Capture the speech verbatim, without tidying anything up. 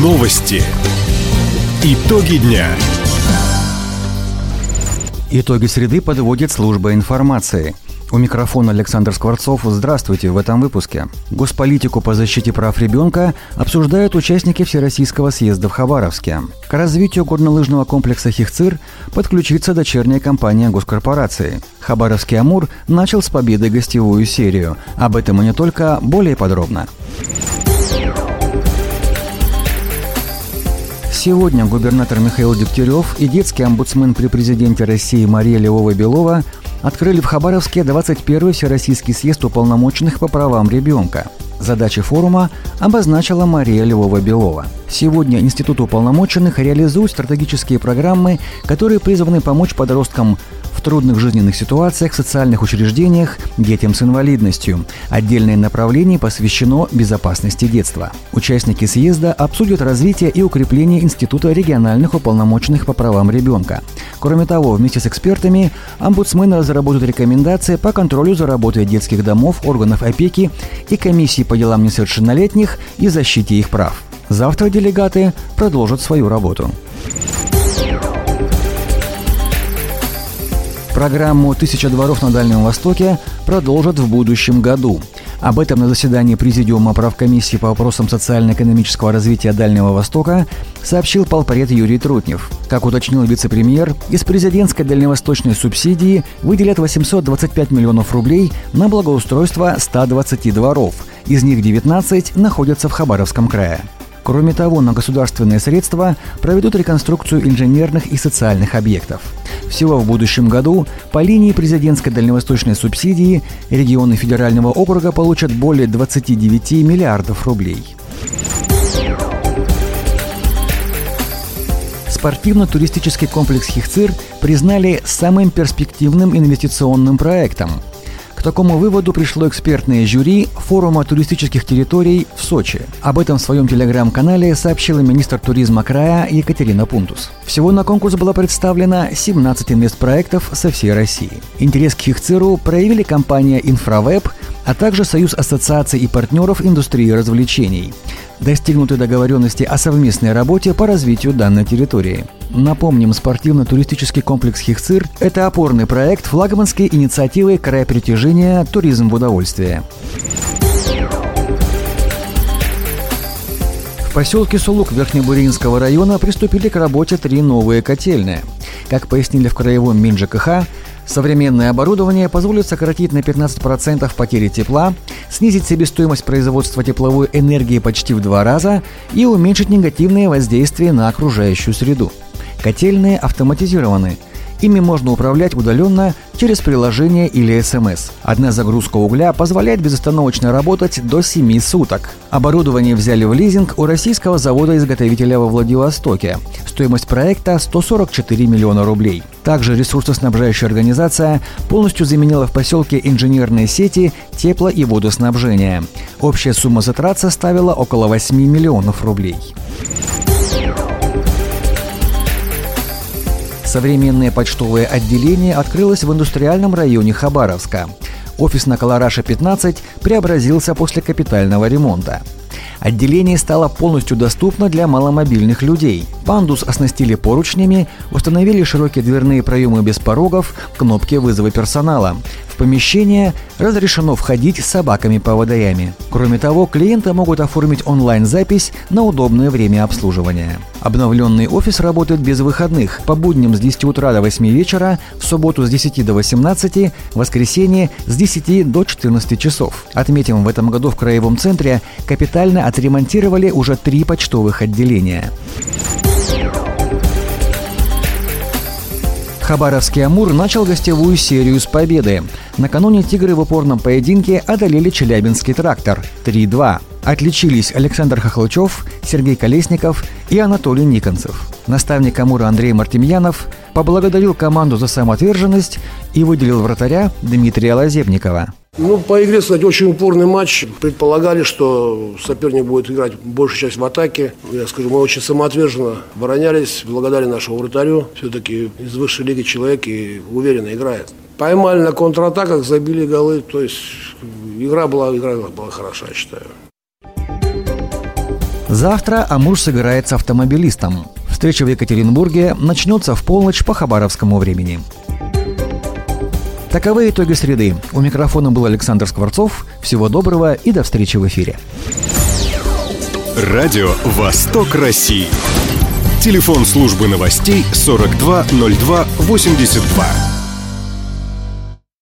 Новости. Итоги дня. Итоги среды подводит служба информации. У микрофона Александр Скворцов. Здравствуйте в этом выпуске. Госполитику по защите прав ребенка обсуждают участники Всероссийского съезда в Хабаровске. К развитию горнолыжного комплекса «Хихцир» подключится дочерняя компания госкорпорации. Хабаровский «Амур» начал с победой гостевую серию. Об этом и не только, более подробно. Сегодня губернатор Михаил Дегтярев и детский омбудсмен при президенте России Мария Львова-Белова открыли в Хабаровске двадцать первый Всероссийский съезд уполномоченных по правам ребенка. Задачи форума обозначила Мария Львова-Белова. Сегодня Институт уполномоченных реализует стратегические программы, которые призваны помочь подросткам в трудных жизненных ситуациях в социальных учреждениях, детям с инвалидностью. Отдельное направление посвящено безопасности детства. Участники съезда обсудят развитие и укрепление Института региональных уполномоченных по правам ребенка. Кроме того, вместе с экспертами омбудсмены разработают рекомендации по контролю за работой детских домов, органов опеки и комиссий по делам несовершеннолетних и защите их прав. Завтра делегаты продолжат свою работу. Программу «Тысяча дворов на Дальнем Востоке» продолжат в будущем году. Об этом на заседании Президиума правкомиссии по вопросам социально-экономического развития Дальнего Востока сообщил полпред Юрий Трутнев. Как уточнил вице-премьер, из президентской дальневосточной субсидии выделят восемьсот двадцать пять миллионов рублей на благоустройство ста двадцати дворов. Из них девятнадцать находятся в Хабаровском крае. Кроме того, на государственные средства проведут реконструкцию инженерных и социальных объектов. Всего в будущем году по линии президентской дальневосточной субсидии регионы федерального округа получат более двадцати девяти миллиардов рублей. Спортивно-туристический комплекс «Хихцир» признали самым перспективным инвестиционным проектом. К такому выводу пришло экспертное жюри форума туристических территорий в Сочи. Об этом в своем телеграм-канале сообщила министр туризма края Екатерина Пунтус. Всего на конкурс было представлено семнадцать инвестпроектов со всей России. Интерес к «Хихциру» проявили компания «Инфравеб», а также Союз ассоциаций и партнеров индустрии развлечений. Достигнуты договоренности о совместной работе по развитию данной территории. Напомним, спортивно-туристический комплекс «Хихцир» – это опорный проект флагманской инициативы «Край притяжения. Туризм в удовольствие». В поселке Сулук Верхнебуринского района приступили к работе три новые котельные. Как пояснили в краевом МинЖКХ, современное оборудование позволит сократить на пятнадцать процентов потери тепла, снизить себестоимость производства тепловой энергии почти в два раза и уменьшить негативное воздействие на окружающую среду. Котельные автоматизированы. Ими можно управлять удаленно через приложение или эс эм эс. Одна загрузка угля позволяет безостановочно работать до семи суток. Оборудование взяли в лизинг у российского завода-изготовителя во Владивостоке. Стоимость проекта – сто сорок четыре миллиона рублей. Также ресурсоснабжающая организация полностью заменила в поселке инженерные сети тепло- и водоснабжения. Общая сумма затрат составила около восьми миллионов рублей. Современное почтовое отделение открылось в индустриальном районе Хабаровска. Офис на Колораша пятнадцать преобразился после капитального ремонта. Отделение стало полностью доступно для маломобильных людей. Пандус оснастили поручнями, установили широкие дверные проемы без порогов, кнопки вызова персонала. В помещение разрешено входить с собаками-поводырями. Кроме того, клиенты могут оформить онлайн-запись на удобное время обслуживания. Обновленный офис работает без выходных, по будням с десяти утра до восьми вечера, в субботу с десяти до восемнадцати, в воскресенье с десяти до четырнадцати часов. Отметим, в этом году в краевом центре капитально отремонтировали уже три почтовых отделения. Хабаровский «Амур» начал гостевую серию с победы. Накануне «Тигры» в упорном поединке одолели Челябинский «Трактор» три-два. Отличились Александр Хохлычев, Сергей Колесников и Анатолий Никонцев. Наставник «Амура» Андрей Мартемьянов поблагодарил команду за самоотверженность и выделил вратаря Дмитрия Лазебникова. Ну, по игре, кстати, очень упорный матч. Предполагали, что соперник будет играть большую часть в атаке. Я скажу, мы очень самоотверженно оборонялись, благодаря нашему вратарю. Все-таки из высшей лиги человек и уверенно играет. Поймали на контратаках, забили голы. То есть игра была, игра была хороша, я считаю. Завтра «Амур» сыграет с «Автомобилистом». Встреча в Екатеринбурге начнется в полночь по хабаровскому времени. Таковы итоги среды. У микрофона был Александр Скворцов. Всего доброго и до встречи в эфире. Радио «Восток России». Телефон службы новостей сорок два ноль два восемьдесят два.